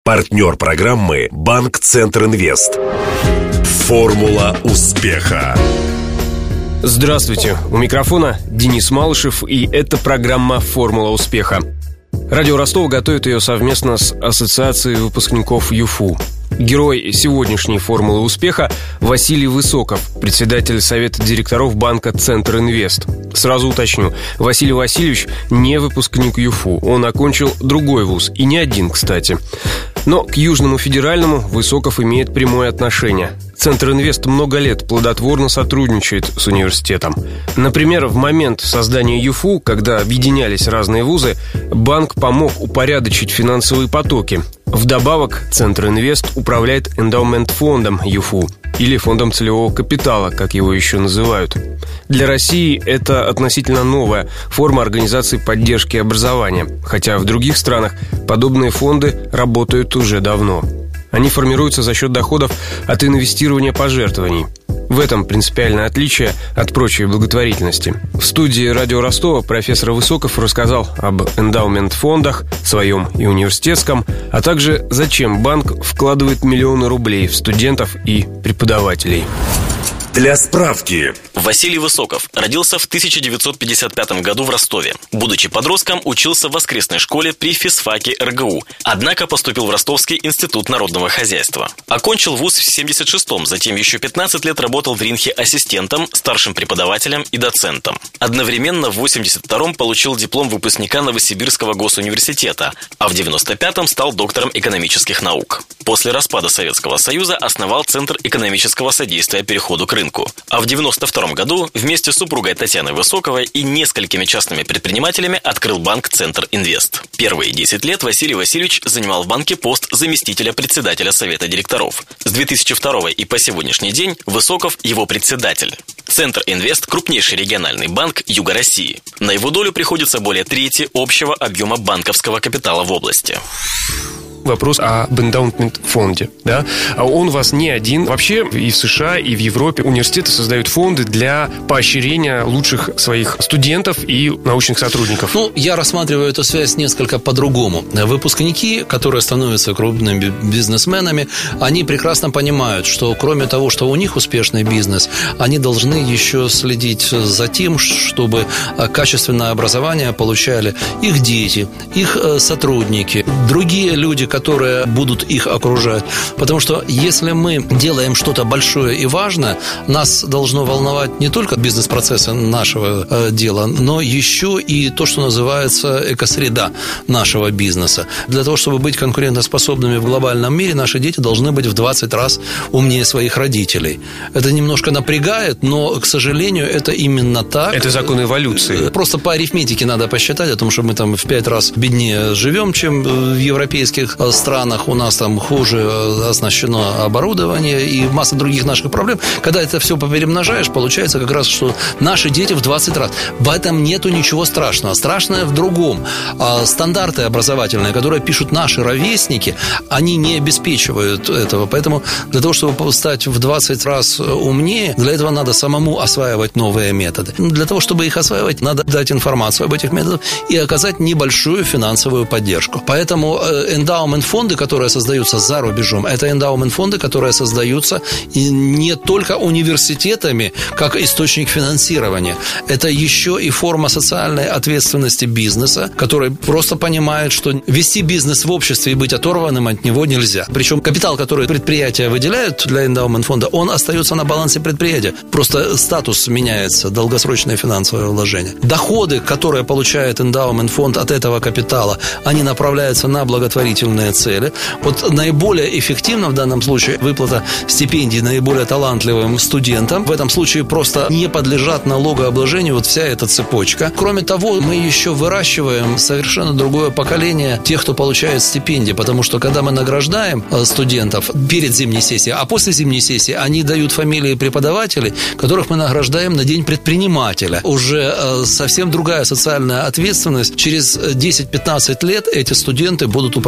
Партнер программы «Банк Центр Инвест». Формула успеха. Здравствуйте, у микрофона Денис Малышев, и это программа «Формула успеха». Радио Ростова готовит ее совместно с Ассоциацией выпускников ЮФУ. Герой сегодняшней «Формулы успеха» Василий Высоков, председатель Совета директоров банка «Центр Инвест». Сразу уточню, Василий Васильевич не выпускник ЮФУ, он окончил другой вуз, и не один, кстати. Но к Южному федеральному Высоков имеет прямое отношение. Центр Инвест много лет плодотворно сотрудничает с университетом. Например, в момент создания ЮФУ, когда объединялись разные вузы, банк помог упорядочить финансовые потоки. Вдобавок, Центр Инвест управляет эндаумент-фондом ЮФУ, или фондом целевого капитала, как его еще называют. Для России это относительно новая форма организации поддержки образования, хотя в других странах подобные фонды работают уже давно. Они формируются за счет доходов от инвестирования пожертвований. В этом принципиальное отличие от прочей благотворительности. В студии радио Ростова профессор Высоков рассказал об эндаумент-фондах, своем и университетском, а также зачем банк вкладывает миллионы рублей в студентов и преподавателей. Для справки. Василий Высоков родился в 1955 году в Ростове. Будучи подростком, учился в воскресной школе при физфаке РГУ, однако поступил в Ростовский институт народного хозяйства. Окончил вуз в 1976-м, затем еще 15 лет работал в Ринхе ассистентом, старшим преподавателем и доцентом. Одновременно в 1982-м получил диплом выпускника Новосибирского госуниверситета, а в 1995-м стал доктором экономических наук. После распада Советского Союза основал Центр экономического содействия переходу к рынку. А в 1992 году вместе с супругой Татьяной Высоковой и несколькими частными предпринимателями открыл банк «Центр Инвест». Первые 10 лет Василий Васильевич занимал в банке пост заместителя председателя Совета директоров. С 2002 и по сегодняшний день Высоков его председатель. «Центр Инвест» – крупнейший региональный банк Юга России. На его долю приходится более трети общего объема банковского капитала в области. Вопрос об эндаумент-фонде, да? Он у вас не один. Вообще и в США, и в Европе университеты создают фонды для поощрения лучших своих студентов и научных сотрудников. Я рассматриваю эту связь несколько по-другому. Выпускники, которые становятся крупными бизнесменами, они прекрасно понимают, что кроме того, что у них успешный бизнес, они должны еще следить за тем, чтобы качественное образование получали их дети, их сотрудники, другие люди, которые будут их окружать. Потому что если мы делаем что-то большое и важное, нас должно волновать не только бизнес-процессы нашего дела, но еще и то, что называется экосреда нашего бизнеса. Для того, чтобы быть конкурентоспособными в глобальном мире, наши дети должны быть в 20 раз умнее своих родителей. Это немножко напрягает, но, к сожалению, это именно так. Это закон эволюции. Просто по арифметике надо посчитать о том, что мы там в 5 раз беднее живем, чем в европейских странах, у нас там хуже оснащено оборудование и масса других наших проблем. Когда это все поперемножаешь, получается как раз, что наши дети в 20 раз. В этом нету ничего страшного. Страшное в другом. Стандарты образовательные, которые пишут наши ровесники, они не обеспечивают этого. Поэтому для того, чтобы стать в 20 раз умнее, для этого надо самому осваивать новые методы. Для того, чтобы их осваивать, надо дать информацию об этих методах и оказать небольшую финансовую поддержку. Поэтому эндаумент-фонды, которые создаются за рубежом, это эндаумент-фонды, которые создаются не только университетами, как источник финансирования. Это еще и форма социальной ответственности бизнеса, который просто понимает, что вести бизнес в обществе и быть оторванным от него нельзя. Причем капитал, который предприятия выделяют для эндаумент-фонда, он остается на балансе предприятия. Просто статус меняется, долгосрочное финансовое вложение. Доходы, которые получает эндаумент-фонд от этого капитала, они направляются на благотворительные цели. Вот наиболее эффективно в данном случае выплата стипендий наиболее талантливым студентам. В этом случае просто не подлежат налогообложению вот вся эта цепочка. Кроме того, мы еще выращиваем совершенно другое поколение тех, кто получает стипендии, потому что когда мы награждаем студентов перед зимней сессией, а после зимней сессии они дают фамилии преподавателей, которых мы награждаем на День предпринимателя. Уже совсем другая социальная ответственность. Через 10-15 лет эти студенты будут управлять страной.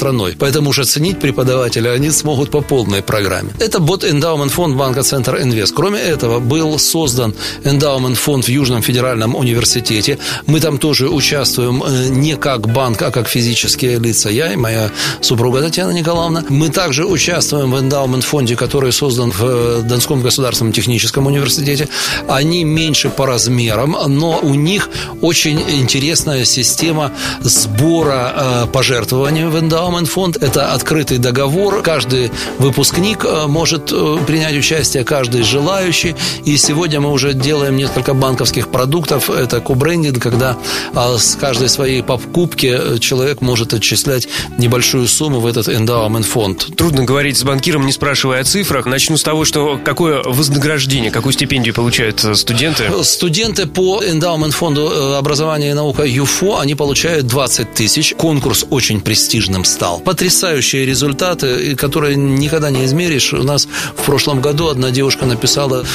страной. Поэтому уж оценить преподавателя они смогут по полной программе. Это эндаумент-фонд Банка Центр Инвест. Кроме этого, был создан эндаумент-фонд в Южном федеральном университете. Мы там тоже участвуем не как банк, а как физические лица. Я и моя супруга Татьяна Николаевна. Мы также участвуем в эндаумент-фонде, который создан в Донском государственном техническом университете. Они меньше по размерам, но у них очень интересная система сбора пожертвований в эндаумент-фонд. Это открытый договор. Каждый выпускник может принять участие, каждый желающий. И сегодня мы уже делаем несколько банковских продуктов. Это кобрендинг, когда с каждой своей покупки человек может отчислять небольшую сумму в этот эндаумент-фонд. Трудно говорить с банкиром, не спрашивая о цифрах. Начну с того, что какое вознаграждение, какую стипендию получают студенты? Студенты по эндаумент-фонду образования и наука ЮФО, они получают 20 тысяч. Конкурс очень престижным стал. Потрясающие результаты, которые никогда не измеришь. У нас в прошлом году одна девушка написала,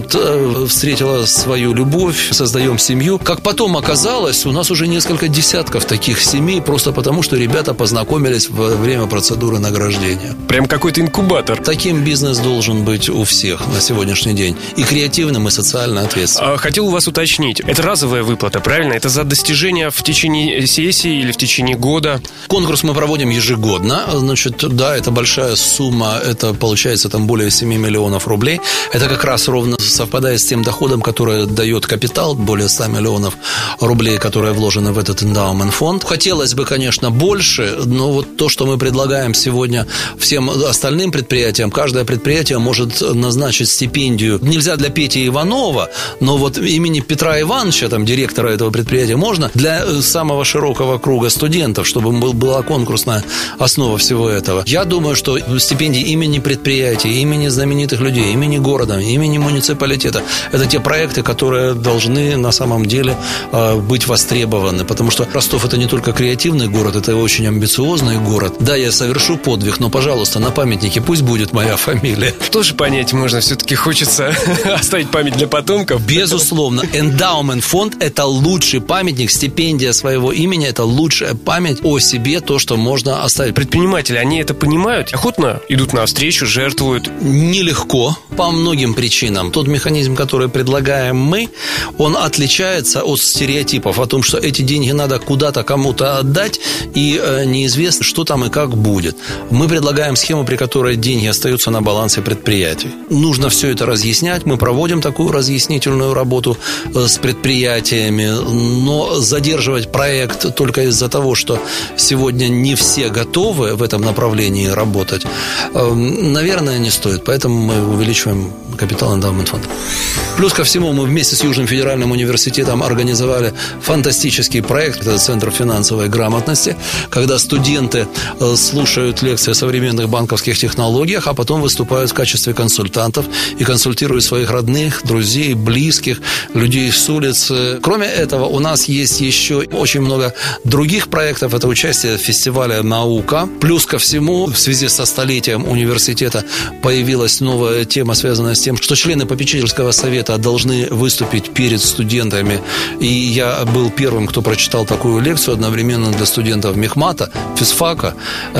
встретила свою любовь, создаем семью. Как потом оказалось, у нас уже несколько десятков таких семей, просто потому, что ребята познакомились во время процедуры награждения. Прям какой-то инкубатор. Таким бизнес должен быть у всех на сегодняшний день. И креативным, и социально ответственным. Хотел у вас уточнить. Это разовая выплата, правильно? Это за достижения в течение сессии или в течение года? Конкурс мы проводим ежегодно. Значит, да, это большая сумма. Это получается там более 7 миллионов рублей. Это как раз ровно совпадает с тем доходом, который дает капитал, более 100 миллионов рублей, которые вложены в этот эндаумент-фонд. Хотелось бы, конечно, больше, но вот то, что мы предлагаем сегодня всем остальным предприятиям, каждое предприятие может назначить стипендию. Нельзя для Пети Иванова, но вот имени Петра Ивановича, там, директора этого предприятия, можно для самого широкого круга студентов, чтобы была конкурсная основа всего этого. Я думаю, что стипендии имени предприятий, имени знаменитых людей, имени города, имени муниципалитета – это те проекты, которые должны на самом деле быть востребованы, потому что Ростов – это не только креативный город, это очень амбициозный город. Да, я совершу подвиг, но, пожалуйста, на памятнике пусть будет моя фамилия. Тоже понять можно, все-таки хочется оставить память для потомков. Безусловно, эндаумент-фонд – это лучший памятник, стипендия своего имени – это лучшая память о себе, то, что можно оставить. Предприниматели, они это понимают, охотно идут навстречу, жертвуют? Нелегко, по многим причинам. Тот механизм, который предлагаем мы, он отличается от стереотипов о том, что эти деньги надо куда-то кому-то отдать, и неизвестно, что там и как будет. Мы предлагаем схему, при которой деньги остаются на балансе предприятий. Нужно все это разъяснять. Мы проводим такую разъяснительную работу с предприятиями, но задерживать проект только из-за того, что сегодня не все готовы в этом направлении работать, наверное, не стоит. Поэтому мы увеличиваем капитал эндаумент-фонда. Плюс ко всему, мы вместе с Южным федеральным университетом организовали фантастический проект. Это Центр финансовой грамотности, когда студенты слушают лекции о современных банковских технологиях, а потом выступают в качестве консультантов и консультируют своих родных, друзей, близких, людей с улицы. Кроме этого, у нас есть еще очень много других проектов. Это участие в фестивале «Наука». Плюс ко всему, в связи со столетием университета появилась новая тема, связанная с тем, что члены попечительского совета должны выступить перед студентами. И я был первым, кто прочитал такую лекцию одновременно для студентов мехмата, физфака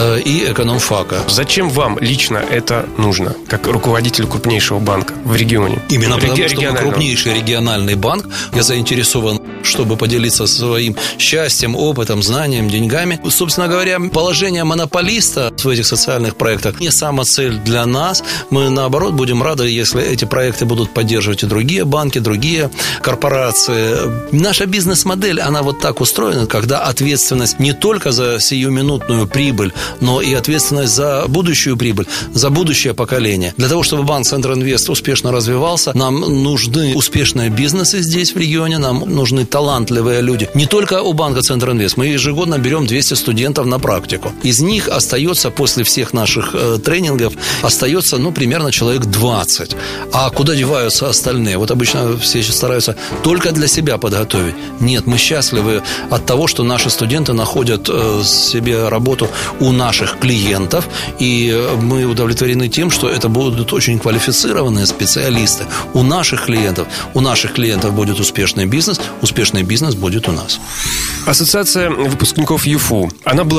и экономфака. Зачем вам лично это нужно, как руководитель крупнейшего банка в регионе? Именно потому, что мы крупнейший региональный банк. Я заинтересован, чтобы поделиться своим счастьем, опытом, знанием, деньгами. Собственно говоря, положение монополиста в этих социальных проектах не самоцель для нас. Мы, наоборот, будем рады, если эти проекты будут поддерживать и другие банки, другие корпорации. Наша бизнес-модель, она вот так устроена, когда ответственность не только за сиюминутную прибыль, но и ответственность за будущую прибыль, за будущее поколение. Для того, чтобы банк Центр Инвест успешно развивался, нам нужны успешные бизнесы здесь, в регионе, нам нужны талантливые люди. Не только у банка Центр Инвест. Мы ежегодно берем 200 студентов на практику. Из них остается, после всех наших тренингов, остается, примерно человек 20. А куда деваются остальные? Вот обычно все стараются только для себя подготовить. Нет, мы счастливы от того, что наши студенты находят себе работу у наших клиентов, и мы удовлетворены тем, что это будут очень квалифицированные специалисты. У наших клиентов будет успешный бизнес будет у нас. Ассоциация выпускников ЮФУ, она была создана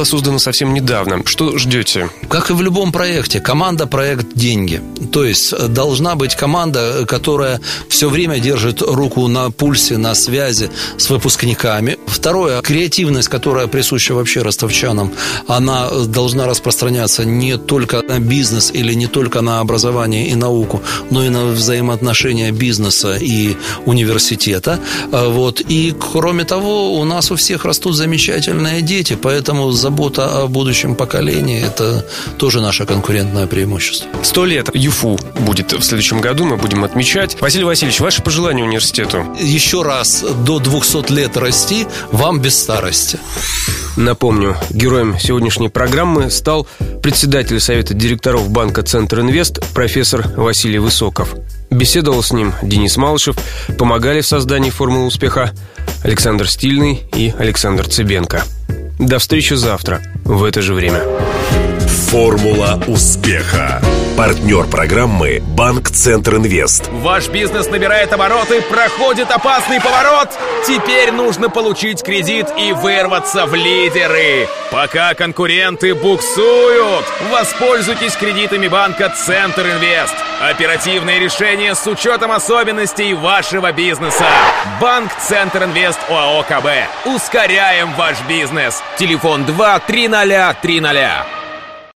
совсем недавно. Что ждете? Как и в любом проекте, команда, проект, деньги. То есть должна быть команда, которая все время держит руку на пульсе, на связи с выпускниками. Второе, креативность, которая присуща вообще ростовчанам, она должна распространяться не только на бизнес или не только на образование и науку, но и на взаимоотношения бизнеса и университета. Вот. И кроме того, у нас у всех растут замечательные дети, поэтому забота о будущем поколении – это тоже наше конкурентное преимущество. 100 лет ЮФУ будет в следующем году, мы будем отмечать. Василий Васильевич, ваши пожелания университету? Еще раз, до 200 лет расти, вам без старости. Напомню, героем сегодняшней программы стал председатель Совета директоров банка «Центр Инвест» профессор Василий Высоков. Беседовал с ним Денис Малышев, помогали в создании «Формулы успеха» Александр Стильный и Александр Цыбенко. До встречи завтра в это же время. «Формула успеха». Партнер программы «Банк Центр Инвест». Ваш бизнес набирает обороты, проходит опасный поворот. Теперь нужно получить кредит и вырваться в лидеры. Пока конкуренты буксуют, воспользуйтесь кредитами банка Центр Инвест. Оперативные решения с учетом особенностей вашего бизнеса. Банк Центр Инвест ОАО КБ. Ускоряем ваш бизнес. Телефон 2 300 300.